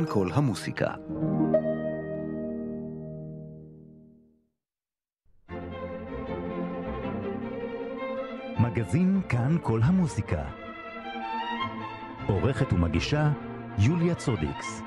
כל המוסיקה. מגזין כאן כל המוסיקה. עורכת ומגישה יוליה צודיקס.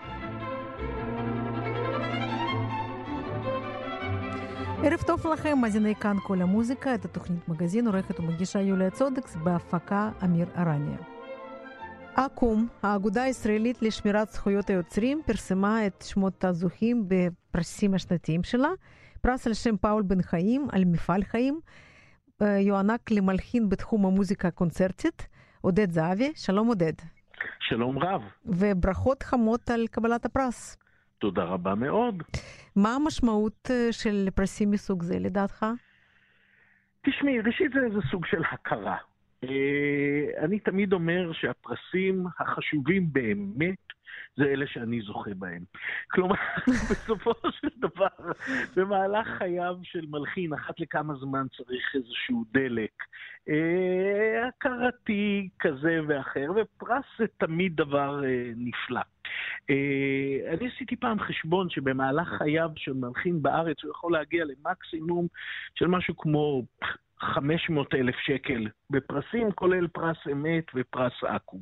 ערב טוב לכם, מאזיני כאן כל המוזיקה, את התוכנית מגזין, עורכת ומגישה יוליה צודיקס, בהפקה אמיר ארניה. אקו"ם, האגודה הישראלית לשמירת זכויות היוצרים, פרסמה את שמות הזוכים בפרסים השנתיים שלה. פרס על שם פאול בן חיים, על מפעל חיים, יוענק למלחין בתחום המוזיקה הקונצרטית, עודד זהבי. שלום עודד. שלום רב. וברכות חמות על קבלת הפרס. תודה רבה מאוד. מה המשמעות של פרסים מסוג זה לדעתך? תשמעי, ראשית זה סוג של הכרה. אני תמיד אומר שהפרסים החשובים באמת זה אלה שאני זוכה בהם. כלומר, בסופו של דבר, במהלך חייו של מלחין, אחת לכמה זמן צריך איזשהו דלק. הכרתי כזה ואחר, ופרס זה תמיד דבר נפלא. אני עשיתי פעם חשבון שבמהלך חייו של מלחין בארץ הוא יכול להגיע למקסימום של משהו כמו 500,000 שקל בפרסים, כולל פרס אמת ופרס אקו"ם.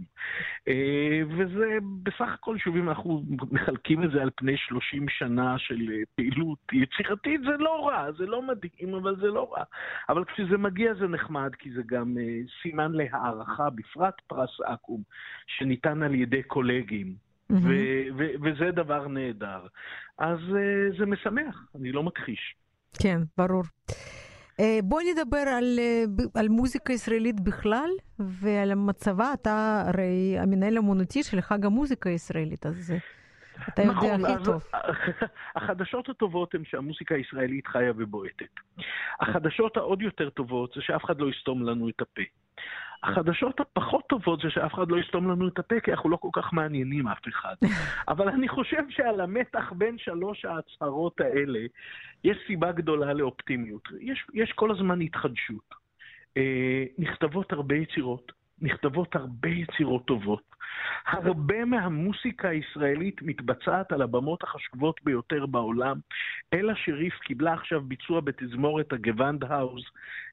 וזה בסך הכל, שוב, אם אנחנו מחלקים את זה על פני 30 שנה של פעילות יצירתית, זה לא רע, זה לא מדהים, אבל זה לא רע. אבל כשזה מגיע זה נחמד, כי זה גם סימן להערכה, בפרט פרס אקו"ם, שניתן על ידי קולגים. וזה דבר נהדר. אז זה משמח, אני לא מכחיש. כן, ברור. בואי נדבר על מוזיקה ישראלית בכלל ועל מצבה. אתה הרי המנהל האמנותי של חג המוזיקה הישראלית, אז אתה יודע הכי טוב. החדשות הטובות הן שהמוזיקה הישראלית חיה ובועטת. החדשות העוד יותר טובות זה שאף אחד לא יסתום לנו את הפה. החדשות הפחות טובות זה שאף אחד לא יסתום לנו את הפה, כי אנחנו לא כל כך מעניינים אף אחד. אבל אני חושב שעל המתח בין שלוש ההצהרות האלה, יש סיבה גדולה לאופטימיות. יש כל הזמן התחדשות. נכתבות הרבה יצירות, נכתבות הרבה יצירות טובות. הרבה מהמוסיקה הישראלית מתבצעת על הבמות החשובות ביותר בעולם. אלה שריף קיבלה עכשיו ביצוע בתזמורת הגוונדהאוז.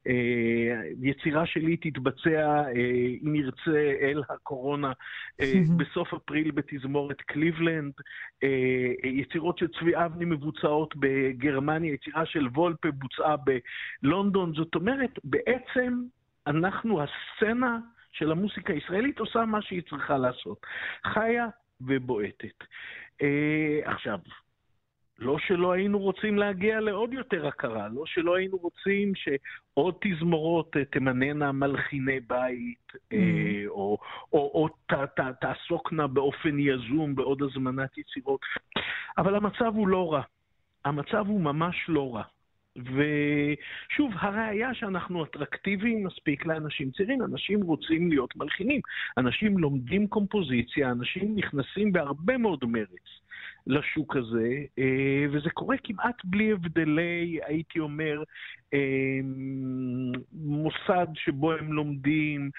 יצירה שלי תתבצע, אם ירצה אל הקורונה, בסוף אפריל בתזמורת קליבלנד. יצירות של צבי אבני מבוצעות בגרמניה, יצירה של וולפה בוצעה בלונדון. זאת אומרת, בעצם אנחנו, הסצנה של המוסיקה הישראלית עושה מה שהיא צריכה לעשות. חיה ובועטת. עכשיו, לא שלא היינו רוצים להגיע לעוד יותר הכרה, לא שלא היינו רוצים שעוד תזמורות תמננה מלחיני בית, או תעסוקנה באופן יזום בעוד הזמנת יצירות. אבל המצב הוא לא רע. המצב הוא ממש לא רע. ושוב, הראיה שאנחנו אטרקטיביים מספיק לאנשים צעירים, אנשים רוצים להיות מלחינים, אנשים לומדים קומפוזיציה, אנשים נכנסים בהרבה מאוד מרץ לשוק הזה, וזה קורה כמעט בלי הבדלי, הייתי אומר, מוסד שבו הם לומדים,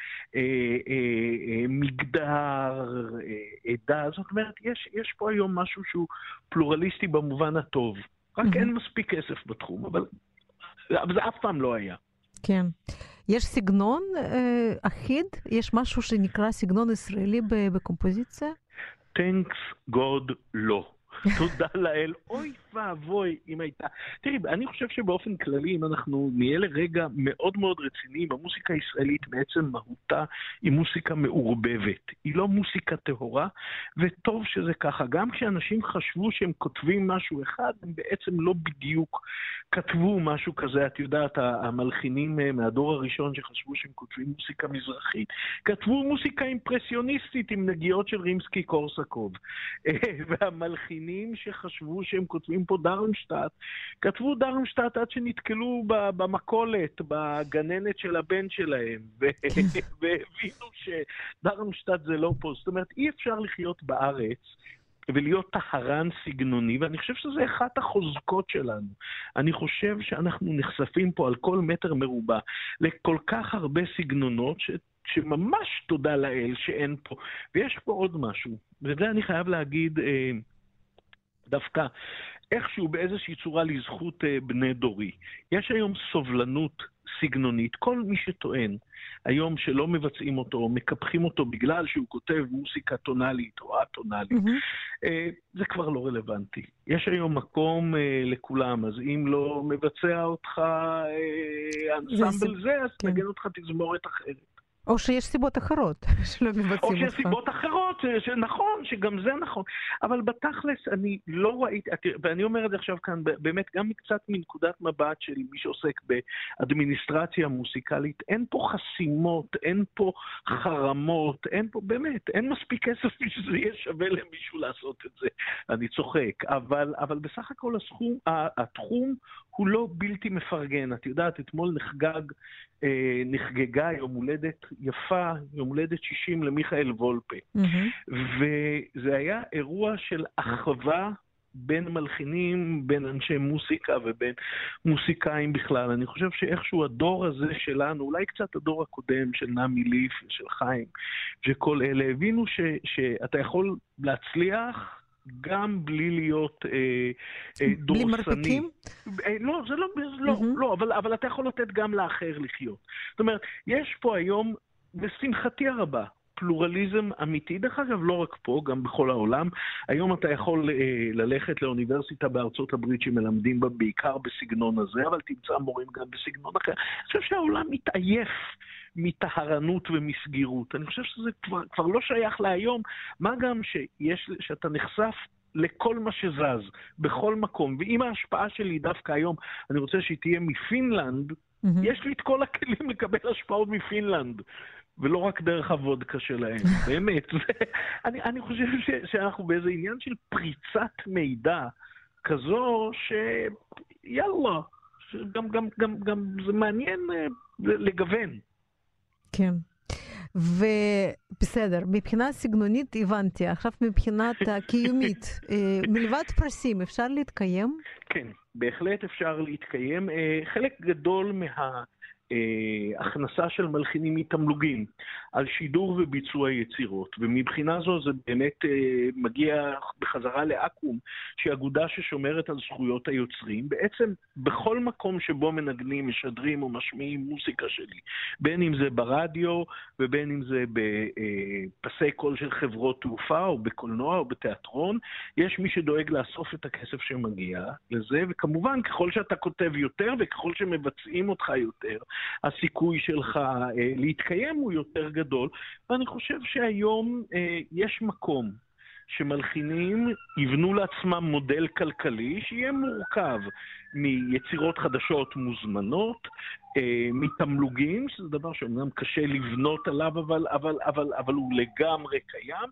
מגדר, עדה. זאת אומרת, יש פה היום משהו שהוא פלורליסטי במובן הטוב. רק אין מספיק כסף בתחום, אבל זה אף פעם לא היה. כן. יש סגנון אחיד? יש משהו שנקרא סגנון ישראלי בקומפוזיציה? Thanks God לא. תודה לאל, אוי ואבוי אם הייתה. תראי, אני חושב שבאופן כללי, אם אנחנו נהיה לרגע מאוד מאוד רציניים, המוסיקה הישראלית בעצם מהותה היא מוסיקה מעורבבת. היא לא מוסיקה טהורה, וטוב שזה ככה. גם כשאנשים חשבו שהם כותבים משהו אחד, הם בעצם לא בדיוק כתבו משהו כזה. את יודעת, המלחינים מהדור הראשון שחשבו שהם כותבים מוסיקה מזרחית, כתבו מוסיקה אימפרסיוניסטית עם נגיעות של רימסקי קורסקוב. והמלחינים שחשבו שהם כותבים פה דרמשטט, כתבו דרמשטט עד שנתקלו במקולת, בגננת של הבן שלהם, והבינו שדרמשטט זה לא פה. זאת אומרת, אי אפשר לחיות בארץ ולהיות טהרן סגנוני, ואני חושב שזה אחת החוזקות שלנו. אני חושב שאנחנו נחשפים פה על כל מטר מרובע לכל כך הרבה סגנונות שממש תודה לאל שאין פה. ויש פה עוד משהו, וזה אני חייב להגיד דווקא איכשהו באיזושהי צורה לזכות בני דורי. יש היום סובלנות סגנונית. כל מי שטוען היום שלא מבצעים אותו, מקפחים אותו בגלל שהוא כותב מוסיקה טונלית או א-טונלית, זה כבר לא רלוונטי. יש היום מקום לכולם, אז אם לא מבצע אותך אנסמבל זה, אז נגן אותך תזמורת אחרת. או שיש סיבות אחרות שלא מבצעים אותך. או שיש סיבות אחרות, נכון, שגם זה נכון. אבל בתכלס אני לא ראיתי, ואני אומר את זה עכשיו כאן, באמת גם קצת מנקודת מבט של מי שעוסק באדמיניסטרציה מוסיקלית, אין פה חסימות, אין פה חרמות, אין פה, באמת, אין מספיק כסף שזה יהיה שווה למישהו לעשות את זה. אני צוחק, אבל בסך הכל התחום הוא לא בלתי מפרגן. את יודעת, אתמול נחגגה יום הולדת יפה, יום הולדת 60 למיכאל וולפה. וזה היה אירוע של אחווה בין מלחינים, בין אנשי מוסיקה ובין מוסיקאים בכלל. אני חושב שאיכשהו הדור הזה שלנו, אולי קצת הדור הקודם של נעמי ליף ושל חיים, שכל אלה הבינו שאתה יכול להצליח גם בלי להיות דורסני. בלי מרפקים? לא, זה לא, אבל אתה יכול לתת גם לאחר לחיות. זאת אומרת, יש פה היום, בשמחתי הרבה, פלורליזם אמיתי, דרך אגב לא רק פה, גם בכל העולם. היום אתה יכול ללכת לאוניברסיטה בארצות הברית שמלמדים בה בעיקר בסגנון הזה, אבל תמצא מורים גם בסגנון אחר. אני חושב שהעולם מתעייף מטהרנות ומסגירות. אני חושב שזה כבר לא שייך להיום, מה גם שאתה נחשף לכל מה שזז, בכל מקום. ואם ההשפעה שלי דווקא היום, אני רוצה שהיא תהיה מפינלנד, יש לי את כל הכלים לקבל השפעות מפינלנד. ולא רק דרך הוודקה שלהם, באמת. אני חושב שאנחנו באיזה עניין של פריצת מידע כזו שיאללה, גם זה מעניין לגוון. כן. ובסדר, מבחינה סגנונית הבנתי, עכשיו מבחינת הקיומית, מלבד פרסים, אפשר להתקיים? כן, בהחלט אפשר להתקיים. חלק גדול הכנסה של מלחינים מתמלוגים על שידור וביצוע יצירות, ומבחינה זו זה באמת מגיע בחזרה לאקו"ם, שהיא אגודה ששומרת על זכויות היוצרים. בעצם בכל מקום שבו מנגנים, משדרים או משמיעים מוסיקה שלי, בין אם זה ברדיו ובין אם זה בפסי קול של חברות תעופה או בקולנוע או בתיאטרון, יש מי שדואג לאסוף את הכסף שמגיע לזה, וכמובן ככל שאתה כותב יותר וככל שמבצעים אותך יותר, הסיכוי שלך להתקיים הוא יותר גדול, ואני חושב שהיום יש מקום שמלחינים יבנו לעצמם מודל כלכלי שיהיה מורכב מיצירות חדשות מוזמנות, מתמלוגים, שזה דבר שאומנם קשה לבנות עליו, אבל הוא לגמרי קיים,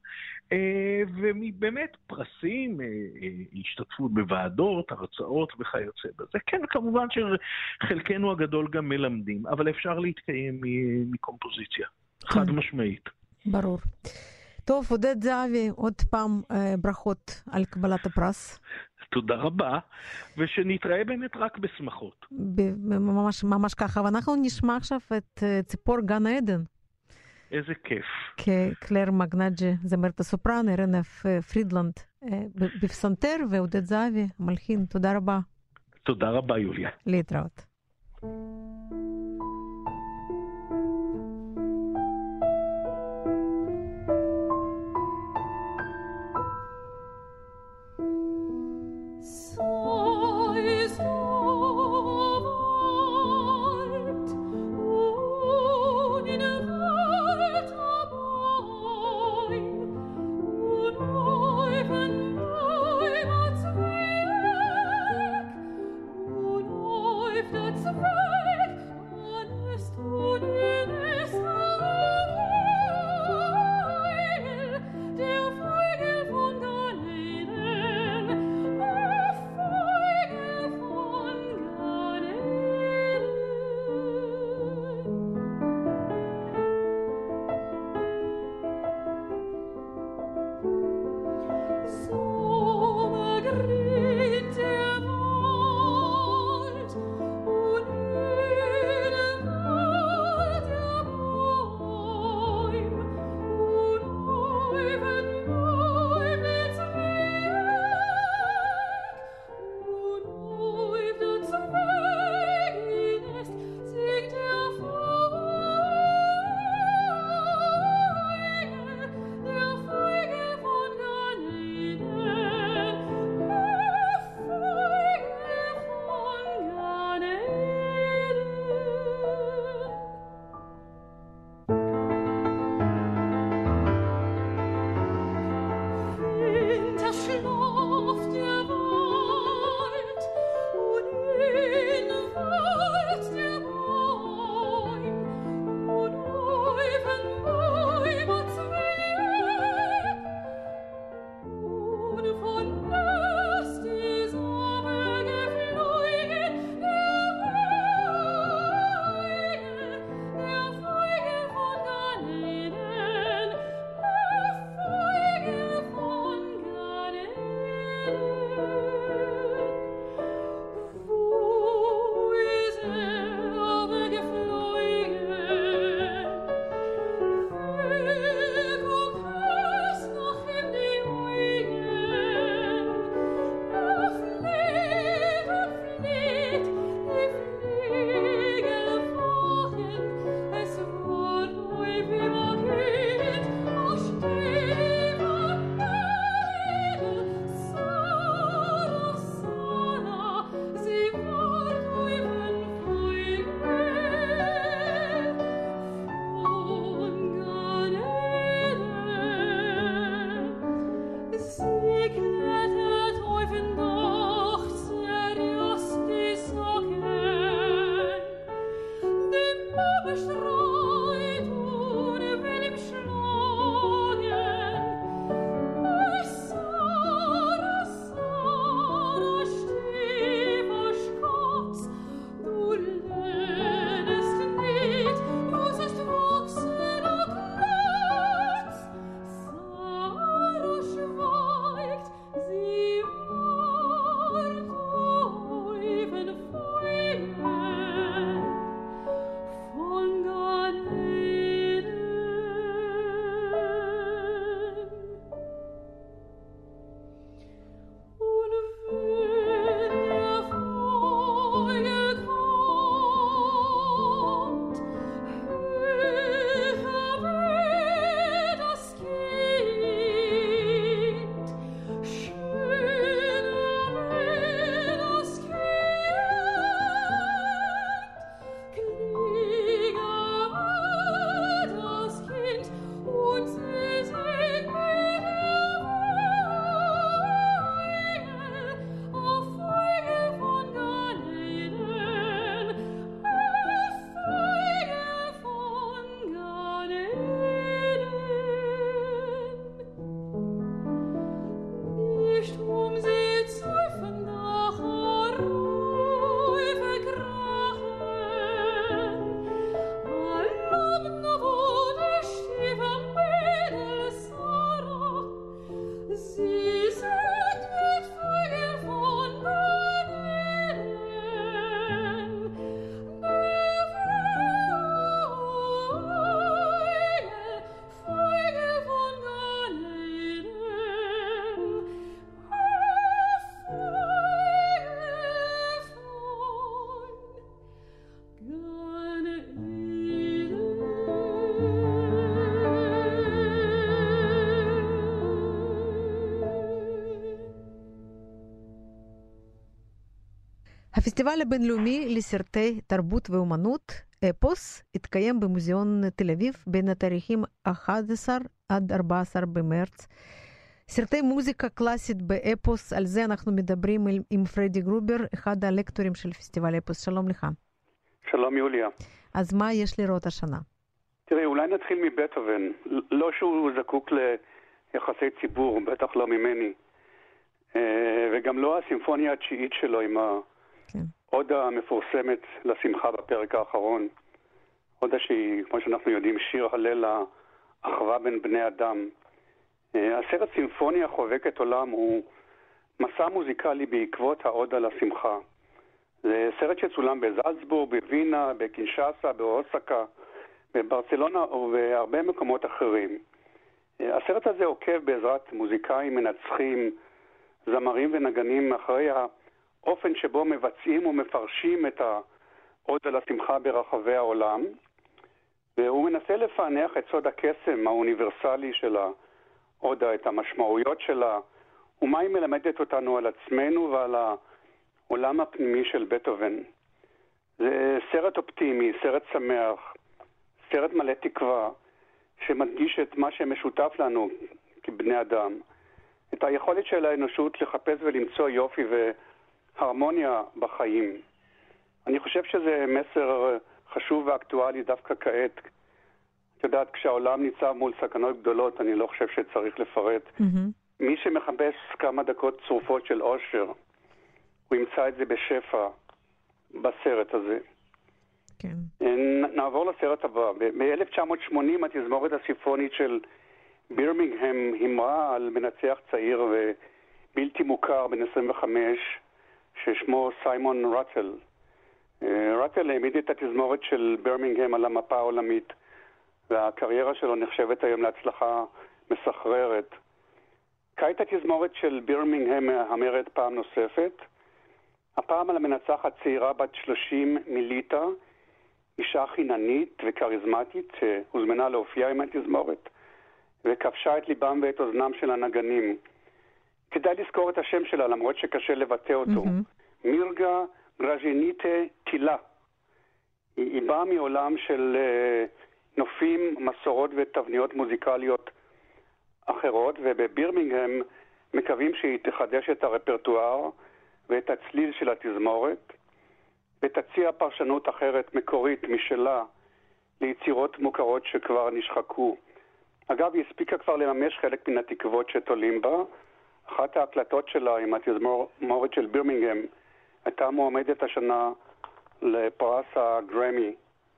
ומבאמת פרסים, השתתפות בוועדות, הרצאות וכיוצא בזה. כן, כמובן שחלקנו הגדול גם מלמדים, אבל אפשר להתקיים מקומפוזיציה, חד משמעית. ברור. טוב, עודד זהבי, עוד פעם ברכות על קבלת הפרס. תודה רבה, ושנתראה באמת רק בשמחות. ממש ככה, ואנחנו נשמע עכשיו את ציפור גן העדן. איזה כיף. קלר מגנג'י, זמרת הסופרן, רנף פרידלנד בפסנתר, ועודד זהבי, מלחין. תודה רבה. תודה רבה, יוליה. להתראות. If הפסטיבל הבינלאומי לסרטי תרבות ואומנות, אפוס, התקיים במוזיאון תל אביב בין התאריכים 11 עד 14 במרץ. סרטי מוזיקה קלאסית באפוס, על זה אנחנו מדברים עם פרדי גרובר, אחד הלקטורים של פסטיבל אפוס. שלום לך. שלום יוליה. אז מה יש לראות השנה? תראי, אולי נתחיל מבטהובן. לא שהוא זקוק ליחסי ציבור, בטח לא ממני. וגם לא הסימפוניה התשיעית שלו עם העודה המפורסמת לשמחה בפרק האחרון. עודה שהיא, כמו שאנחנו יודעים, שיר הלל האחווה בין בני אדם. הסרט סימפוניה חובקת עולם הוא מסע מוזיקלי בעקבות העודה לשמחה. זה סרט שצולם בזלצבורג, בווינה, בקינשאסה, באוסקה, בברצלונה ובהרבה מקומות אחרים. הסרט הזה עוקב בעזרת מוזיקאים, מנצחים, זמרים ונגנים אחרי האופן שבו מבצעים ומפרשים את העודה לשמחה ברחבי העולם, והוא מנסה לפענח את סוד הקסם האוניברסלי של העודה, את המשמעויות שלה, ומה היא מלמדת אותנו על עצמנו ועל העולם הפנימי של בטהובן. זה סרט אופטימי, סרט שמח, סרט מלא תקווה, שמדגיש את מה שמשותף לנו כבני אדם. את היכולת של האנושות לחפש ולמצוא יופי והרמוניה בחיים. אני חושב שזה מסר חשוב ואקטואלי דווקא כעת. את יודעת, כשהעולם ניצב מול סכנות גדולות, אני לא חושב שצריך לפרט. מי שמחפש כמה דקות צרופות של אושר, הוא ימצא את זה בשפע בסרט הזה. כן. נעבור לסרט הבא. ב-1980 התזמורת הסימפונית של בירמינגהם הימרה על מנצח צעיר ובלתי מוכר בן 25 ששמו סיימון רטל. רטל העמיד את התזמורת של בירמינגהם על המפה העולמית, והקריירה שלו נחשבת היום להצלחה מסחררת. כעת התזמורת של בירמינגהם מהמרת פעם נוספת, הפעם על המנצחת צעירה בת 30 מליטא, אישה חיננית וכריזמטית שהוזמנה להופיע עם התזמורת, וכבשה את ליבם ואת אוזנם של הנגנים. כדאי לזכור את השם שלה, למרות שקשה לבטא אותו. מירגה גרז'יניטה טילה. היא באה מעולם של נופים, מסורות ותבניות מוזיקליות אחרות, ובבירמינגהם מקווים שהיא תחדש את הרפרטואר ואת הצליל של התזמורת, ותציע פרשנות אחרת מקורית משלה ליצירות מוכרות שכבר נשחקו. אגב, היא הספיקה כבר לממש חלק מן התקוות שתולים בה. אחת ההקלטות שלה עם התזמורת של בירמינגהם הייתה מועמדת השנה לפרס הגרמי.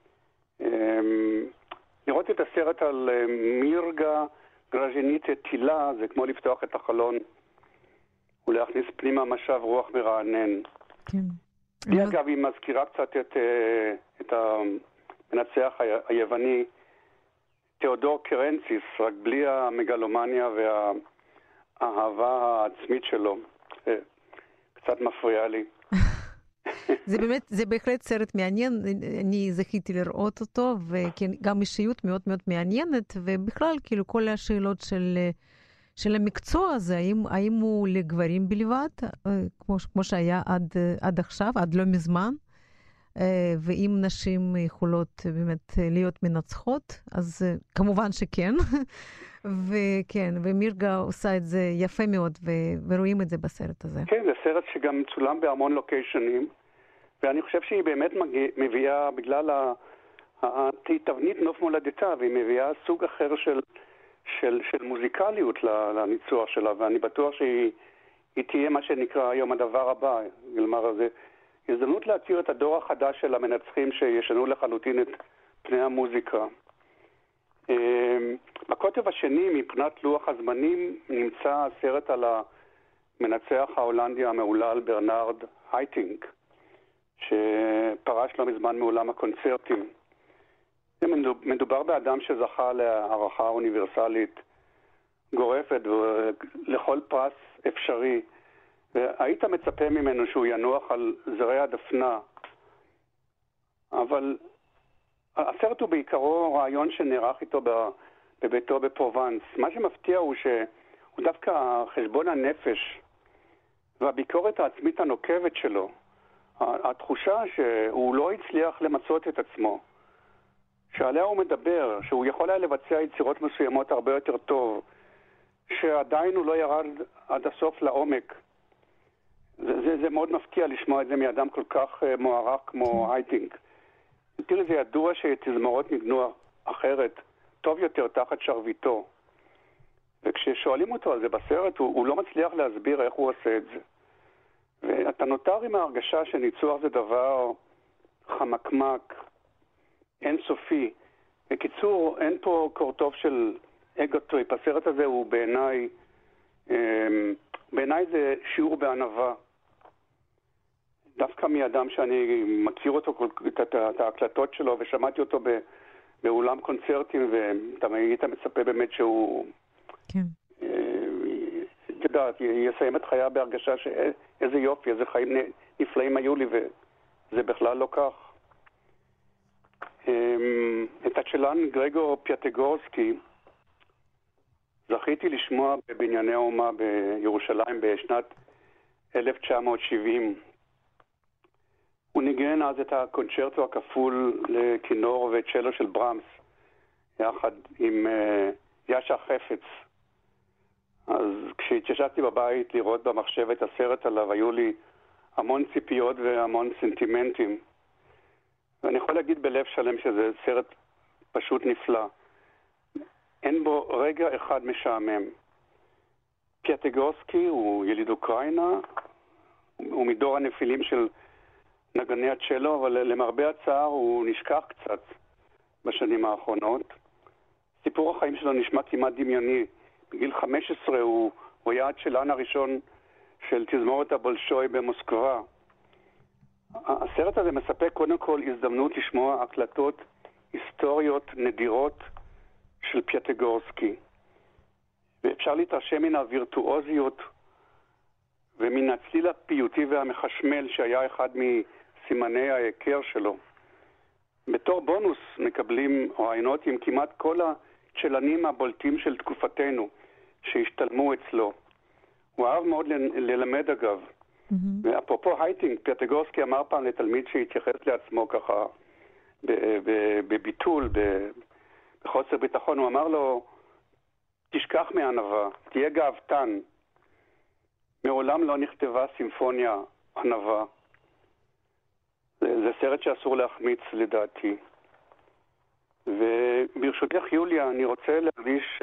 לראות את הסרט על מירגה גרז'יניטה טילה זה כמו לפתוח את החלון ולהכניס פנימה משב רוח מרענן. כן. היא אגב, היא מזכירה קצת את המנצח היווני תיאודור קרנציס, רק בלי המגלומניה והאהבה העצמית שלו. קצת מפריע לי. זה בהחלט סרט מעניין, אני זכיתי לראות אותו, וגם אישיות מאוד מאוד מעניינת, ובכלל כאילו כל השאלות של המקצוע הזה, האם הוא לגברים בלבד, כמו שהיה עד עכשיו, עד לא מזמן, ואם נשים יכולות באמת להיות מנצחות, אז כמובן שכן. וכן, ומירגה עושה את זה יפה מאוד, ורואים את זה בסרט הזה. כן, זה סרט שגם צולם בהמון לוקיישנים, ואני חושב שהיא באמת מביאה, בגלל התבנית נוף מולדתה, והיא מביאה סוג אחר של מוזיקליות לניצוח שלה, ואני בטוח שהיא תהיה מה שנקרא היום הדבר הבא. כלומר, זה הזדמנות להכיר את הדור החדש של המנצחים שישנו לחלוטין את פני המוזיקה. בקוטב השני, מבחינת לוח הזמנים, נמצא הסרט על המנצח ההולנדי המעולל ברנרד הייטינג, שפרש לא מזמן מעולם הקונצרטים. מדובר באדם זכה להערכה אוניברסלית גורפת לכל פרס אפשרי, והיית מצפה ממנו שהוא ינוח על זרי הדפנה, אבל הסרט הוא בעיקרו רעיון שנערך איתו בביתו בפרובנס. מה שמפתיע הוא שהוא דווקא חשבון הנפש והביקורת העצמית הנוקבת שלו התחושה שהוא לא הצליח למצות את עצמו, שעליה הוא מדבר, שהוא יכול היה לבצע יצירות מסוימות הרבה יותר טוב, שעדיין הוא לא ירד עד הסוף לעומק. זה מאוד מפתיע לשמוע את זה מאדם כל כך מוערך כמו הייטינג. תראי, זה ידוע שתזמורות ניגנו אחרת, טוב יותר תחת שרביטו. וכששואלים אותו על זה בסרט, הוא לא מצליח להסביר איך הוא עושה את זה. ואתה נותר עם ההרגשה שניצוח זה דבר חמקמק, אינסופי. בקיצור, אין פה קורטוב של אגו-טריפ. הסרט הזה הוא בעיניי זה שיעור בענווה. דווקא מאדם שאני מכיר אותו, את ההקלטות שלו, ושמעתי אותו באולם קונצרטים, ואתה היית מצפה באמת שהוא... כן. אתה יודע, יסיים את חייו בהרגשה שאיזה יופי, איזה חיים נפלאים היו לי, וזה בכלל לא כך. את הצ'לן גרגור פיאטגורסקי זכיתי לשמוע בבנייני האומה בירושלים בשנת 1970. הוא ניגן אז את הקונצ'רטו הכפול לכינור וצ'לו של ברמס, יחד עם יאשה חפץ. אז כשהתיישבתי בבית לראות במחשב את הסרט עליו, היו לי המון ציפיות והמון סנטימנטים. ואני יכול להגיד בלב שלם שזה סרט פשוט נפלא. אין בו רגע אחד משעמם. פיאטגורסקי הוא יליד אוקראינה, הוא מדור הנפילים של נגני הצ'לו, אבל למרבה הצער הוא נשכח קצת בשנים האחרונות. סיפור החיים שלו נשמע כמעט דמיוני. בגיל 15 הוא היה הצ'לן הראשון של תזמורת הבולשוי במוסקבה. הסרט הזה מספק קודם כל הזדמנות לשמוע הקלטות היסטוריות נדירות של פיאטגורסקי. ואפשר להתרשם מן הווירטואוזיות ומן הצליל הפיוטי והמחשמל שהיה אחד מסימני ההיכר שלו. בתור בונוס מקבלים רעיונות עם כמעט כל הצ'לנים הבולטים של תקופתנו שהשתלמו אצלו. הוא אהב מאוד ללמד אגב. ואפרופו הייטינג, פיאטגורסקי אמר פעם לתלמיד שהתייחס לעצמו ככה בביטול, בחוסר ביטחון, הוא אמר לו, תשכח מענווה, תהיה גאוותן. מעולם לא נכתבה סימפוניה ענווה. זה סרט שאסור להחמיץ לדעתי. וברשותך יוליה, אני רוצה להקדיש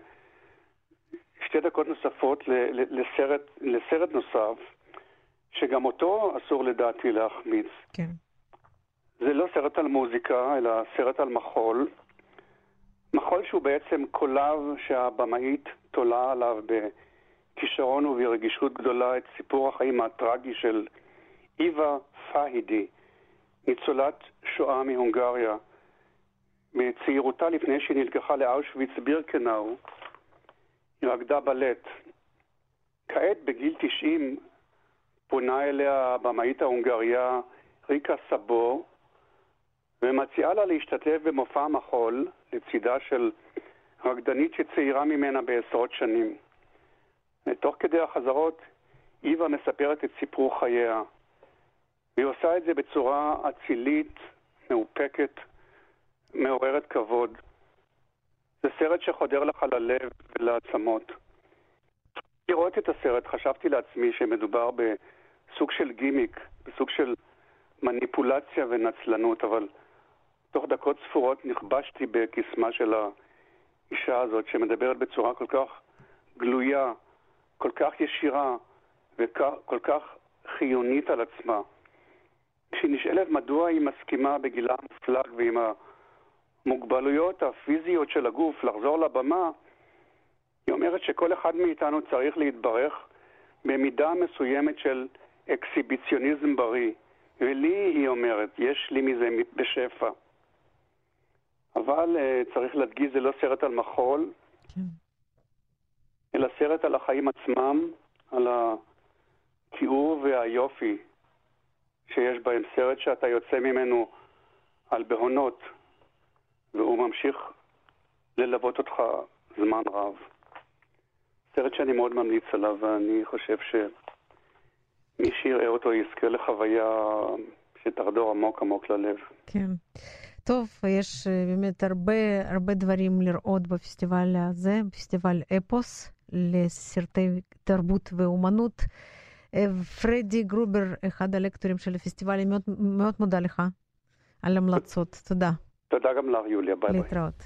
2 דקות נוספות לסרט נוסף, שגם אותו אסור לדעתי להחמיץ. כן. זה לא סרט על מוזיקה, אלא סרט על מחול. מחול שהוא בעצם קולב שהבמאית תולה עליו בכישרון וברגישות גדולה את סיפור החיים הטרגי של איווה פאהידי, ניצולת שואה מהונגריה. בצעירותה לפני שהיא נלקחה לאושוויץ בירקנאו, היא רקדה בלט. כעת בגיל 90 פונה אליה הבמאית ההונגריה ריקה סאבו, ומציעה לה להשתתף במופע מחול לצידה של רקדנית שצעירה ממנה בעשרות שנים. תוך כדי החזרות, איווה מספרת את סיפור חייה. והיא עושה את זה בצורה אצילית, מאופקת, מעוררת כבוד. זה סרט שחודר לך ללב ולעצמות. לראות את הסרט, חשבתי לעצמי שמדובר בסוג של גימיק, בסוג של מניפולציה ונצלנות, אבל תוך דקות ספורות נכבשתי בקסמה של האישה הזאת, שמדברת בצורה כל כך גלויה, כל כך ישירה וכל כך חיונית על עצמה. כשהיא נשאלת מדוע היא מסכימה בגילה המופלג ועם המוגבלויות הפיזיות של הגוף לחזור לבמה, היא אומרת שכל אחד מאיתנו צריך להתברך במידה מסוימת של אקסיביציוניזם בריא. ולי, היא אומרת, יש לי מזה בשפע. אבל צריך להדגיש, זה לא סרט על מחול, אלא סרט על החיים עצמם, על התיאור והיופי שיש בהם. סרט שאתה יוצא ממנו על בהונות, והוא ממשיך ללוות אותך זמן רב. סרט שאני מאוד ממליץ עליו, ואני חושב מי שיראה אותו יזכה לחוויה שתחדור עמוק עמוק ללב. כן. טוב, יש באמת הרבה דברים לראות בפסטיבל הזה, בפסטיבל אפוס לסרטי תרבות ואומנות. פרדי גרובר, אחד הלקטורים של הפסטיבל, אני מאוד, מאוד מודה לך על המלצות. תודה. תודה גם לך, יוליה. ביי ביי. להתראות.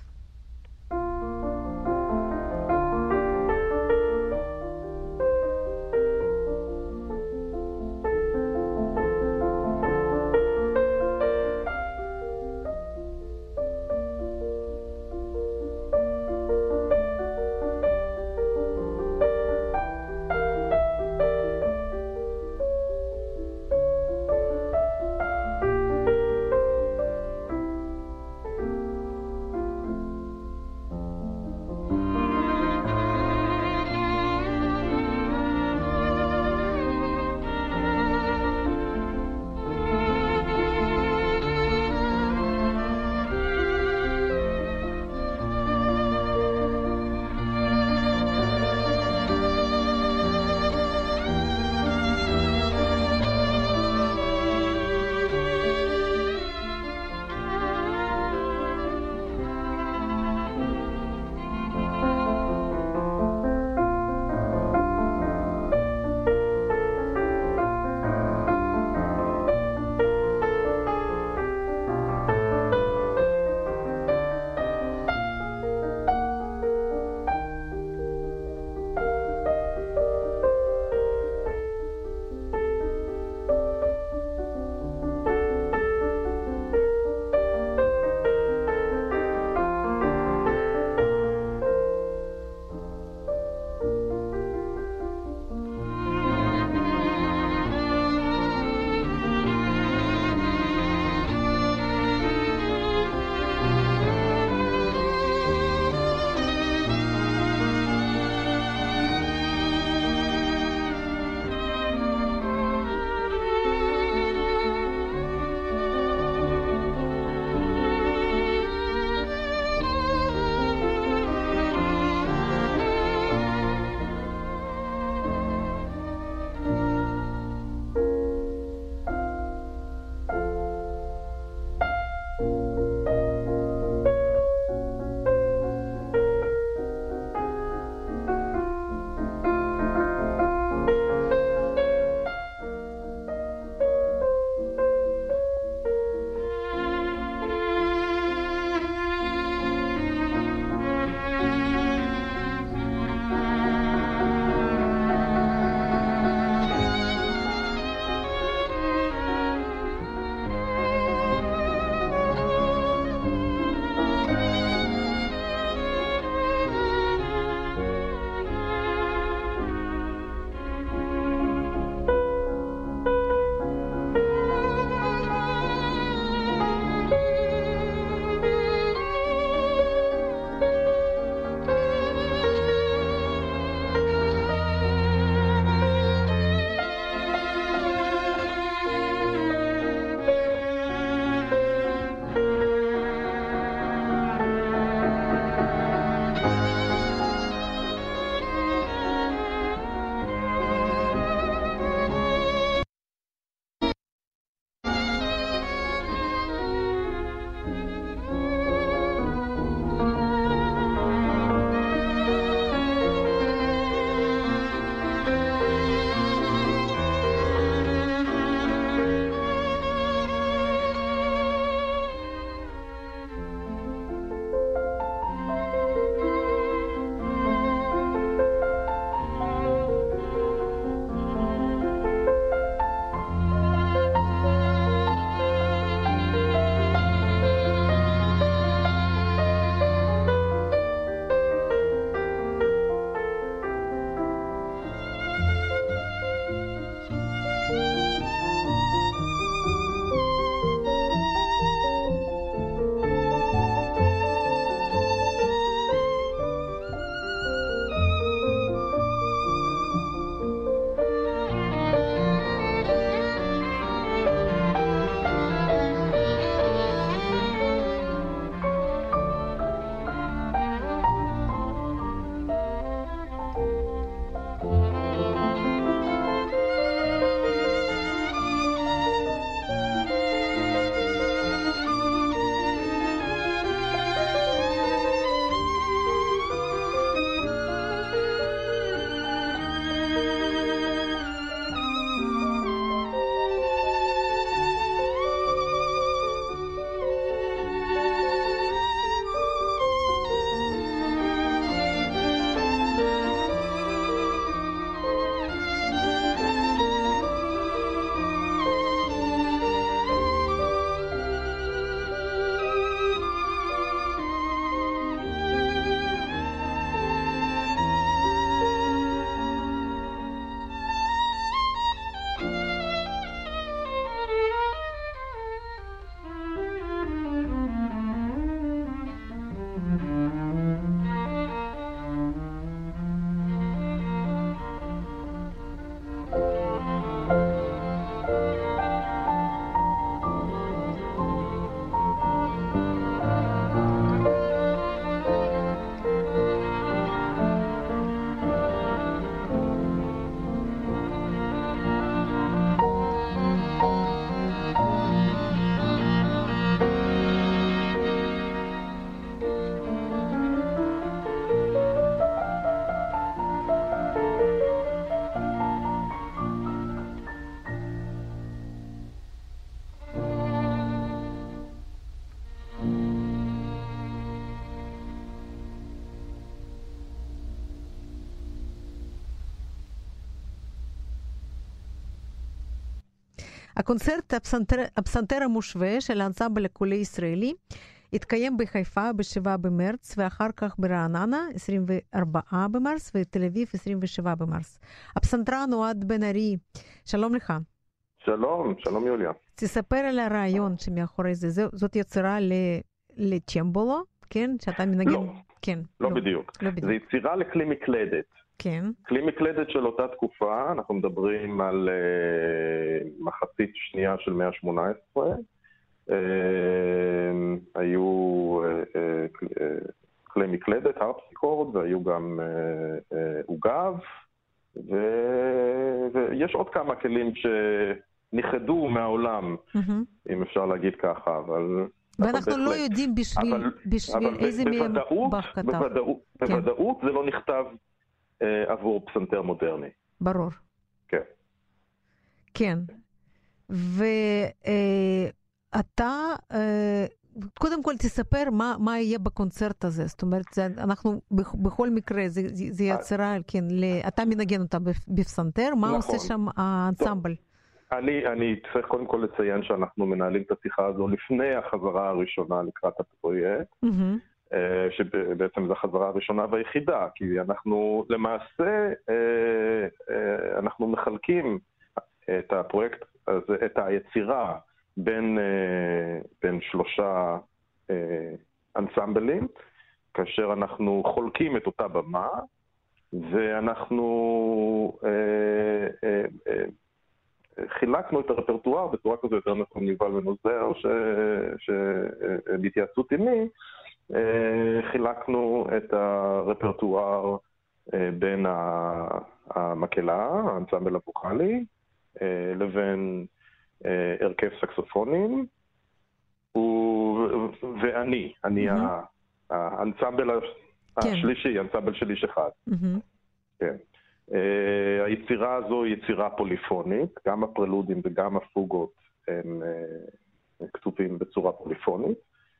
הקונצרט הפסנתר המושווה של האנסמבל הקולי ישראלי התקיים בחיפה ב-7 במרץ, ואחר כך ברעננה, 24 במרס, ותל אביב, 27 במרס. הפסנתרן אוהד בן ארי, שלום לך. שלום, שלום יוליה. תספר על הרעיון שמאחורי זה. זאת יצירה לצ'מבולו, כן? שאתה מנגן... לא, כן, לא בדיוק. זה יצירה לכלי מקלדת. כן. כלי מקלדת של אותה תקופה, אנחנו מדברים על מחצית שנייה של 118, היו כלי מקלדת, הרפסיקורד, והיו גם עוגב, ויש עוד כמה כלים שניחדו מהעולם, אם אפשר להגיד ככה, אבל... ואנחנו לא יודעים בשביל איזה מהם באך כתב. בוודאות זה לא נכתב עבור פסנתר מודרני. ברור. כן. כן. ואתה, קודם כל תספר מה יהיה בקונצרט הזה. זאת אומרת, אנחנו בכל מקרה, זה יצירה, כן, אתה מנגן אותה בפסנתר, מה עושה שם האנסמבל? אני צריך קודם כל לציין שאנחנו מנהלים את השיחה הזו לפני החזרה הראשונה לקראת הפרויקט, שבעצם זו החזרה הראשונה והיחידה, כי אנחנו למעשה, אנחנו מחלקים את הפרויקט, את היצירה בין 3 אנסמבלים, כאשר אנחנו חולקים את אותה במה, ואנחנו חילקנו את הרפרטואר בצורה כזו יותר נכון יובל ונוזר, שבהתייעצות עימי, חילקנו את הרפרטואר בין המקהלה, האנסמבל הווקאלי, לבין הרכב סקסופונים, ואני האנסמבל השלישי, האנסמבל שליש אחד. כן. היצירה הזו היא יצירה פוליפונית, גם הפרלודים וגם הפוגות הם כתובים בצורה פוליפונית.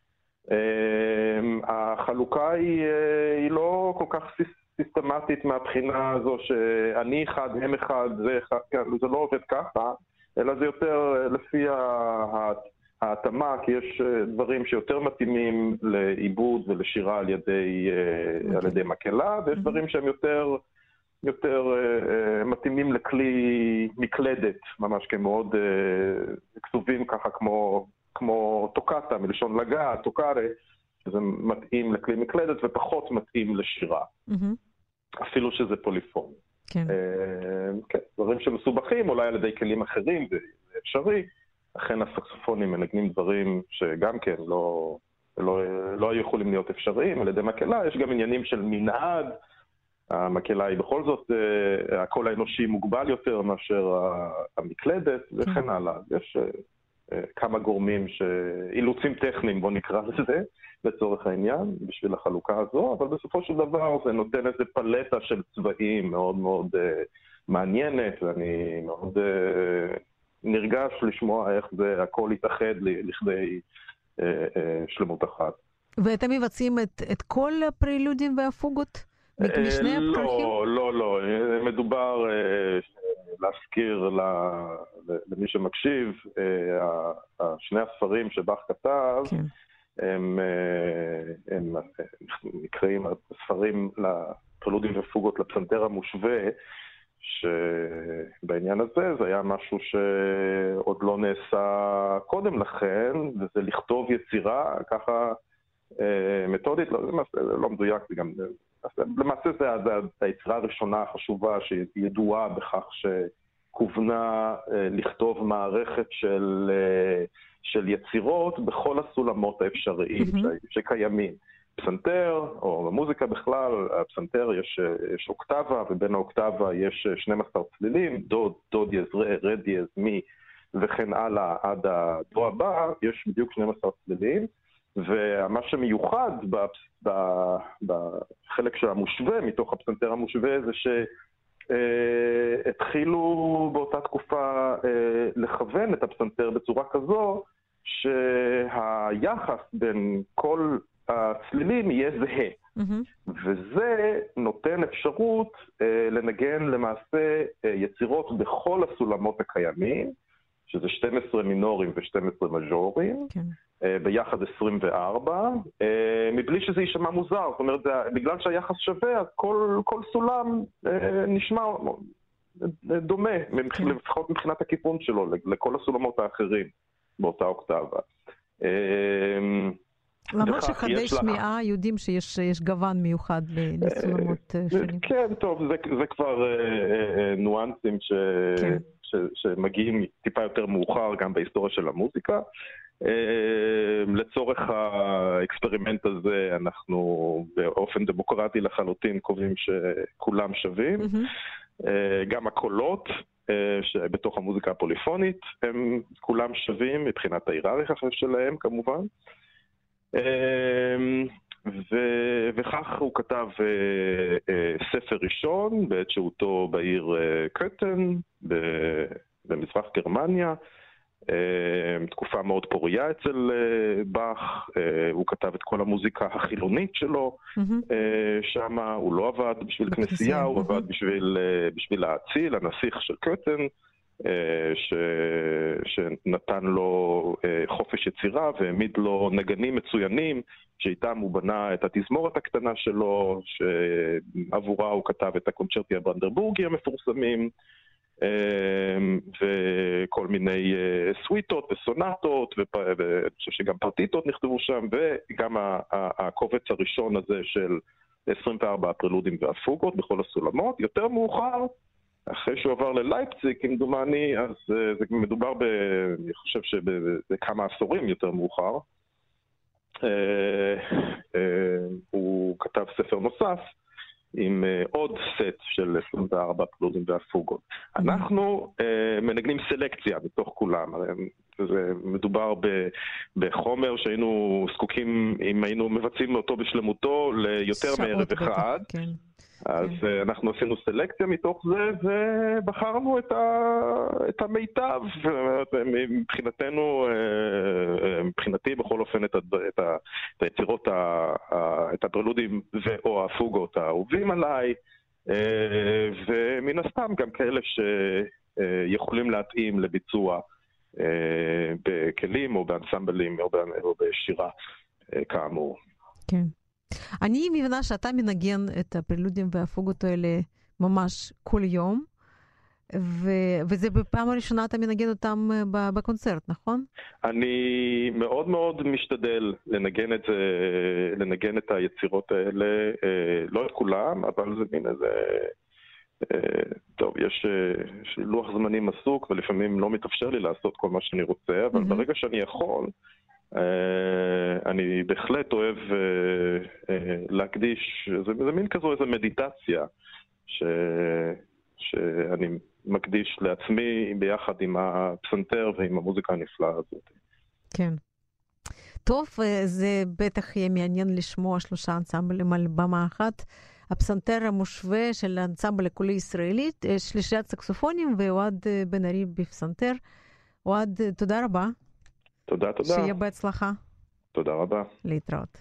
החלוקה היא לא כל כך סיסטמטית מהבחינה הזו שאני אחד, הם אחד, זה לא עובד ככה, אלא זה יותר לפי ההתאמה, כי יש דברים שיותר מתאימים לעיבוד ולשירה על ידי מקהלה, ויש דברים שהם יותר מתאימים לכלי מקלדת, ממש כמאוד כתובים ככה כמו טוקטה, מלשון לגה, טוקארה, זה מתאים לכלי מקלדת ופחות מתאים לשירה. אפילו שזה פוליפון. כן. כן, דברים שמסובכים, אולי על ידי כלים אחרים, זה אפשרי. אכן הסקסופונים מנגנים דברים שגם כן לא היו יכולים להיות אפשריים על ידי מקהלה. יש גם עניינים של מנעד, המקהלה היא בכל זאת, הקול האנושי מוגבל יותר מאשר המקלדת וכן הלאה. יש כמה גורמים, אילוצים טכניים, בוא נקרא לזה, לצורך העניין, בשביל החלוקה הזו, אבל בסופו של דבר זה נותן איזה פלטה של צבעים מאוד מאוד מעניינת, ואני מאוד נרגש לשמוע איך זה הכל יתאחד לכדי שלמות אחת. ואתם מבצעים את כל הפרילודים והפוגות? משני הפרחים? לא. מדובר להזכיר למי שמקשיב, שני הספרים שבאך כתב, הם נקראים ספרים לפרלודים ופוגות לפסנתר המושווה, שבעניין הזה זה היה משהו שעוד לא נעשה קודם לכן, וזה לכתוב יצירה ככה מתודית, לא מדויק, זה גם... למעשה זה היצירה הראשונה החשובה שידועה בכך שכוונה לכתוב מערכת של יצירות בכל הסולמות האפשריים שקיימים. פסנתר, או במוזיקה בכלל, הפסנתר יש אוקטבה, ובין האוקטבה יש 12 צלילים, דו דיאז, רה דיאז, מי, וכן הלאה עד הדו הבא, יש בדיוק 12 צלילים. ומה שמיוחד בחלק של המושווה, מתוך הפסנתר המושווה, זה שהתחילו באותה תקופה לכוון את הפסנתר בצורה כזו, שהיחס בין כל הצלילים יהיה זהה. וזה נותן אפשרות לנגן למעשה יצירות בכל הסולמות הקיימים, שזה 12 מינורים ו12 מז'ורים, כן. ביחד 24, מבלי שזה יישמע מוזר. זאת אומרת, בגלל שהיחס שווה, אז כל סולם נשמע דומה, כן. לפחות מבחינת הכיוון שלו, לכל הסולמות האחרים באותה אוקטבה. למרות שחדי שמיעה יודעים שיש גוון מיוחד לסולמות שונים. כן, טוב, זה כבר ניואנסים שמגיעים טיפה יותר מאוחר גם בהיסטוריה של המוזיקה. לצורך האקספרימנט הזה אנחנו באופן דמוקרטי לחלוטין קובעים שכולם שווים. גם הקולות שבתוך המוזיקה הפוליפונית הם כולם שווים מבחינת ההיררכיה שלהם כמובן. וכך הוא כתב ספר ראשון בעת שהותו בעיר קוטן במזרח גרמניה, תקופה מאוד פוריה אצל באך. הוא כתב את כל המוזיקה החילונית שלו שם, הוא לא עבד בשביל כנסייה, הוא עבד בשביל האציל, הנסיך של קוטן, שנתן לו חופש יצירה והעמיד לו נגנים מצוינים שאיתם הוא בנה את התזמורת הקטנה שלו, שעבורה הוא כתב את הקונצ'רטי הברנדרבורגי המפורסמים וכל מיני סוויטות וסונטות, ואני חושב שגם פרטיטות נכתבו שם, וגם הקובץ הראשון הזה של 24 הפרלודים והפוגות בכל הסולמות. יותר מאוחר, אחרי שהוא עבר ללייפציג, אם דומני, אז זה מדובר אני חושב שבכמה עשורים יותר מאוחר, הוא כתב ספר נוסף עם עוד סט של 24 פרלודים והפוגות. אנחנו מנגנים סלקציה בתוך כולם. מדובר בחומר שהיינו זקוקים, אם היינו מבצעים אותו בשלמותו, ליותר מערב אחד. כן. אז אנחנו עשינו סלקציה מתוך זה, ובחרנו את המיטב, מבחינתי בכל אופן את היצירות, את הפרלודים או הפוגות האהובים עליי, ומן הסתם גם כאלה שיכולים להתאים לביצוע בכלים או באנסמבלים או בשירה כאמור. כן. אני מבינה שאתה מנגן את הפרלודים והפוגות האלה ממש כל יום, וזה בפעם הראשונה אתה מנגן אותם בקונצרט, נכון? אני מאוד מאוד משתדל לנגן את היצירות האלה, לא את כולם, אבל זה מין איזה... טוב, יש לוח זמנים עסוק, ולפעמים לא מתאפשר לי לעשות כל מה שאני רוצה, אבל ברגע שאני יכול... אני בהחלט אוהב להקדיש, זה מין כזו איזו מדיטציה שאני מקדיש לעצמי ביחד עם הפסנתר ועם המוזיקה הנפלאה הזאת. כן. טוב, זה בטח יהיה מעניין לשמוע 3 אנסמבלים על במה אחת. הפסנתר המושווה של האנסמבל הקולי ישראלית, שלישיית סקסופונים ואוהד בן ארי בפסנתר. אוהד, תודה רבה. תודה. שיהיה בהצלחה. תודה רבה. להתראות.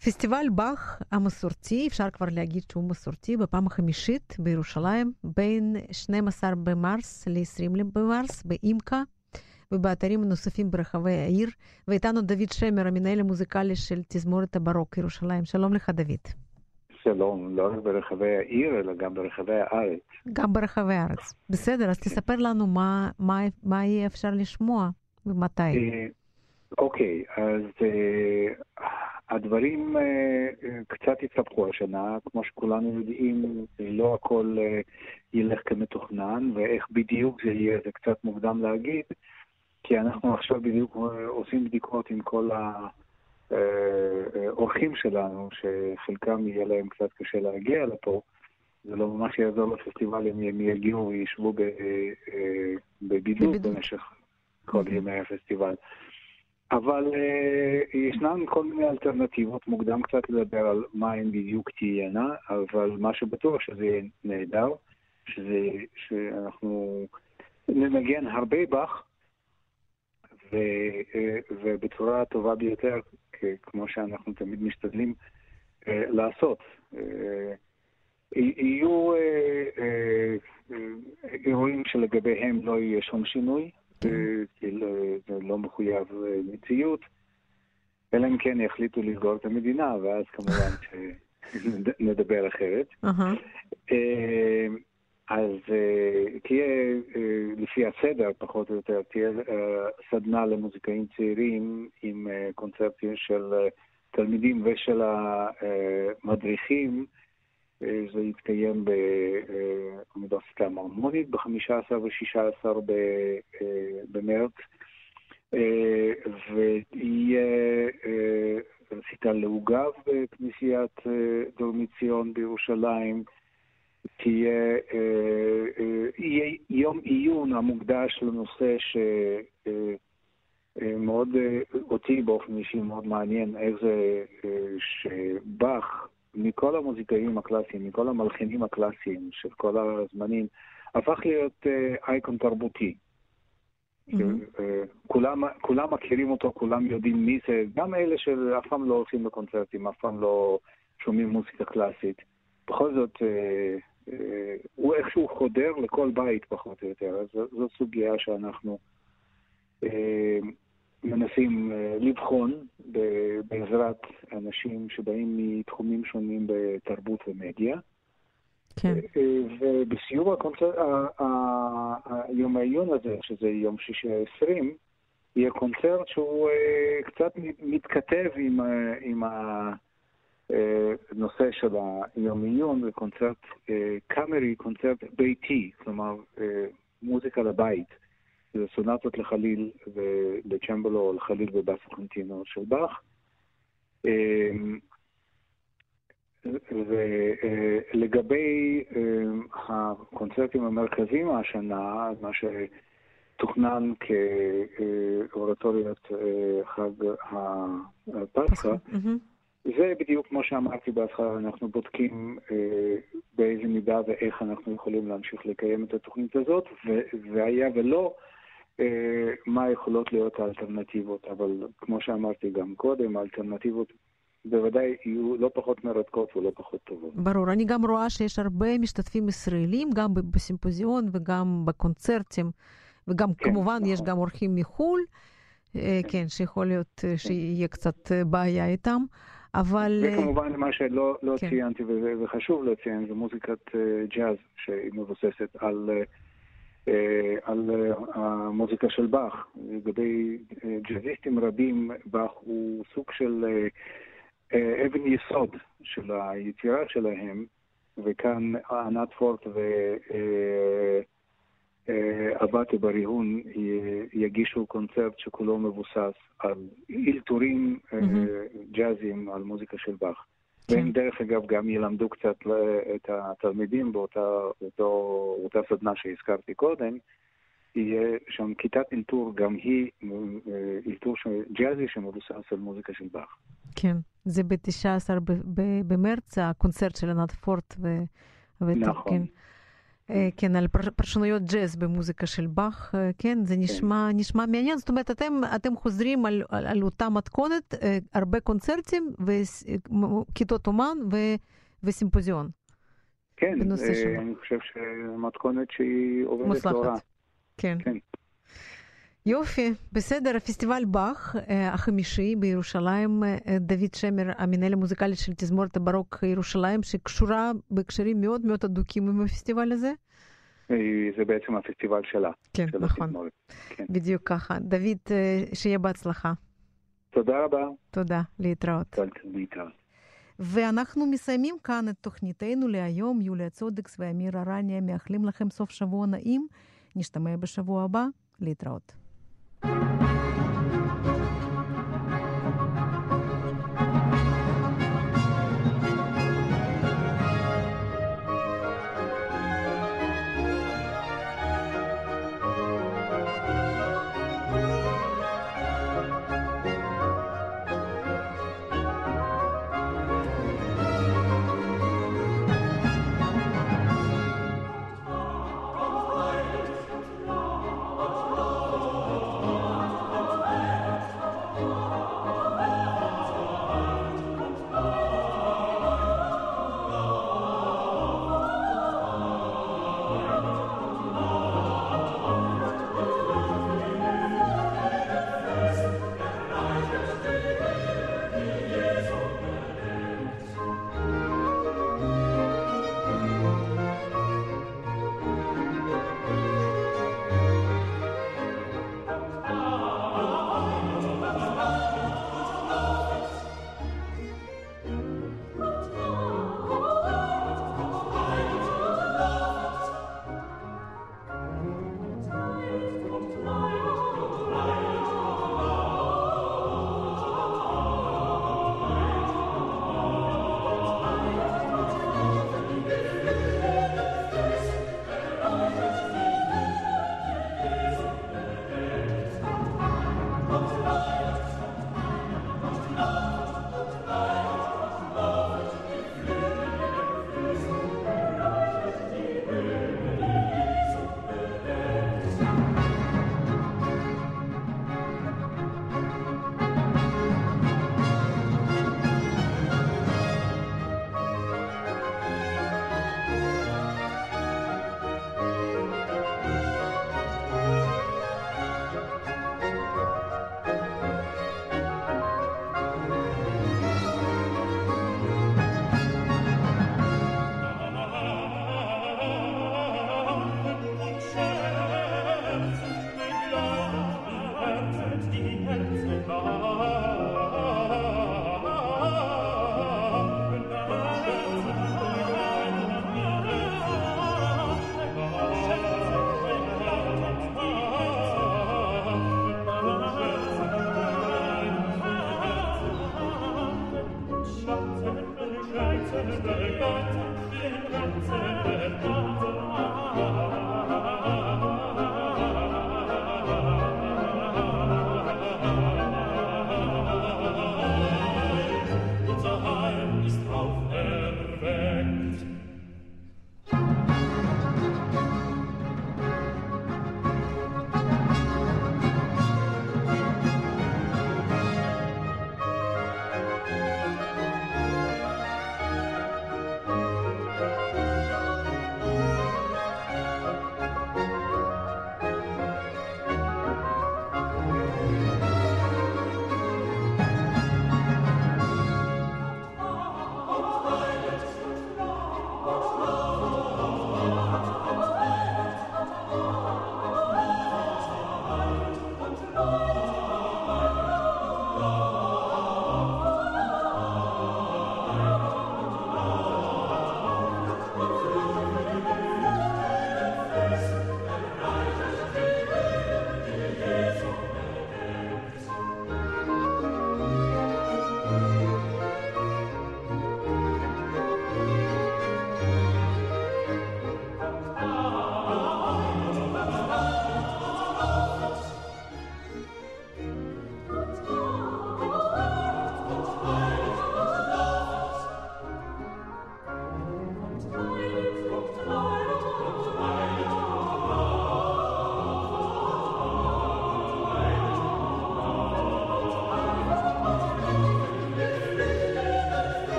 פסטיבל באך המסורתי, אפשר כבר להגיד שהוא מסורתי, בפעם החמישית בירושלים, בין 12 במרס ל-20 במרס, באימקה, ובאתרים נוספים ברחבי העיר. ואיתנו דוד שמר, המנהל המוזיקלי של תזמורת הברוק ירושלים. שלום לך, דוד. שלום, לא רק ברחבי העיר, אלא גם ברחבי הארץ. גם ברחבי הארץ. בסדר, אז תספר לנו מה יהיה אפשר לשמוע ומתי. אוקיי, אז הדברים קצת התסבכו השנה, כמו שכולנו יודעים, לא הכל ילך כמתוכנן, ואיך בדיוק זה יהיה, זה קצת מוקדם להגיד, כי אנחנו עכשיו בדיוק עושים בדיקות עם כל האורחים שלנו, שחלקם יהיה להם קצת קשה להגיע לפה. זה לא ממש יעזור לפסטיבל אם הם יגיעו וישבו בבידוד במשך כל ימי הפסטיבל. אבל ישנן כל מיני אלטרנטיבות, מוקדם קצת לדבר על מה הן בדיוק תהיינה, אבל מה שבטוח שזה יהיה נהדר, שאנחנו ננגן הרבה באך, ובצורה הטובה ביותר, כמו שאנחנו תמיד משתדלים לעשות. יהיו אירועים שלגביהם לא יהיה שום שינוי, זה לא מחויב מציאות, אלא אם כן יחליטו לסגור את המדינה, ואז כמובן שנדבר אחרת. אז תהיה, לפי הסדר פחות או יותר, תהיה סדנה למוזיקאים צעירים עם קונצרטים של תלמידים ושל המדריכים. זה יתקיים באוניברסיטה המרמונית ב-15 ו-16 במרץ, ותהיה רסיטל לעוגב בכנסיית דורמיציון בירושלים, יהיה יום עיון המוקדש לנושא שמאוד אותי באופן אישי מאוד מעניין, איך זה שבאך מכל המוזיקאים הקלאסיים, מכל המלחינים הקלאסיים של כל הזמנים, הפך להיות אייקון תרבותי. כולם מכירים אותו, כולם יודעים מי זה, גם אלה שאף פעם לא הולכים לקונצרטים, אף פעם לא שומעים מוזיקה קלאסית. בכל זאת, הוא איכשהו חודר לכל בית פחות או יותר. אז זו סוגיה שאנחנו מנסים לבחון בעזרת אנשים שבאים מתחומים שונים בתרבות ומדיה. כן. ובסיום היום העיון הזה, שזה יום שישי 20, יהיה קונצרט שהוא קצת מתכתב עם הנושא של היום עיון, זה קונצרט קאמרי, קונצרט ביתי, כלומר מוזיקה לבית. זה סונטות לחליל ובצ'מבלו, לחליל ובאס קונטינו של באך. ולגבי הקונצרטים המרכזיים השנה, מה שתוכנן כאורטוריות חג הפסחא, זה בדיוק כמו שאמרתי בהתחלה, אנחנו בודקים באיזה מידה ואיך אנחנו יכולים להמשיך לקיים את התוכנית הזאת, והיה ולא, מה יכולות להיות האלטרנטיבות, אבל כמו שאמרתי גם קודם, האלטרנטיבות בוודאי יהיו לא פחות מרתקות ולא פחות טובות. ברור, אני גם רואה שיש הרבה משתתפים ישראלים, גם בסימפוזיון וגם בקונצרטים, וגם כן, כמובן נכון. יש גם אורחים מחול, כן, שיכול להיות שיהיה קצת בעיה איתם, אבל... וכמובן מה שלא כן. ציינתי וחשוב לציין, זה מוזיקת ג'אז שהיא מבוססת על המוזיקה של באך. לגבי ג'אזיסטים רבים, באך הוא סוג של אבן יסוד של היצירה שלהם, וכאן ענת פורט ואבטה בריהון יגישו קונצרט שכולו מבוסס על אלתורים ג'אזיים על מוזיקה של באך. והם דרך אגב גם ילמדו קצת את התלמידים באותה סדנה שהזכרתי קודם, יהיה שם כיתת אלתור, גם היא אלתור ג'אזי שמבוסס על מוזיקה של באך. כן, זה ב-19 במרץ, הקונצרט של ענת פורט נכון. כן, על פרשנויות ג'אז במוזיקה של באך, כן, זה נשמע מעניין, זאת אומרת, אתם חוזרים על אותה מתכונת, הרבה קונצרטים, וכיתות אומן וסימפוזיון. כן, אני חושב שמתכונת שהיא עובדת לא רע. כן. יופי, בסדר, פסטיבל באך החמישי בירושלים, דוד שמר, המנהל המוזיקלית של תזמורת הברוק ירושלים, שקשורה בקשרים מאוד מאוד אדוקים עם הפסטיבל הזה. זה בעצם הפסטיבל שלה. כן, נכון. כן. בדיוק ככה. דוד, שיהיה בהצלחה. תודה רבה. תודה, להתראות. להתראות. ואנחנו מסיימים כאן את תוכניתנו להיום. יוליה צודקס ואמיר ארניה מאחלים לכם סוף שבוע נעים. נשתמע בשבוע הבא. להתראות.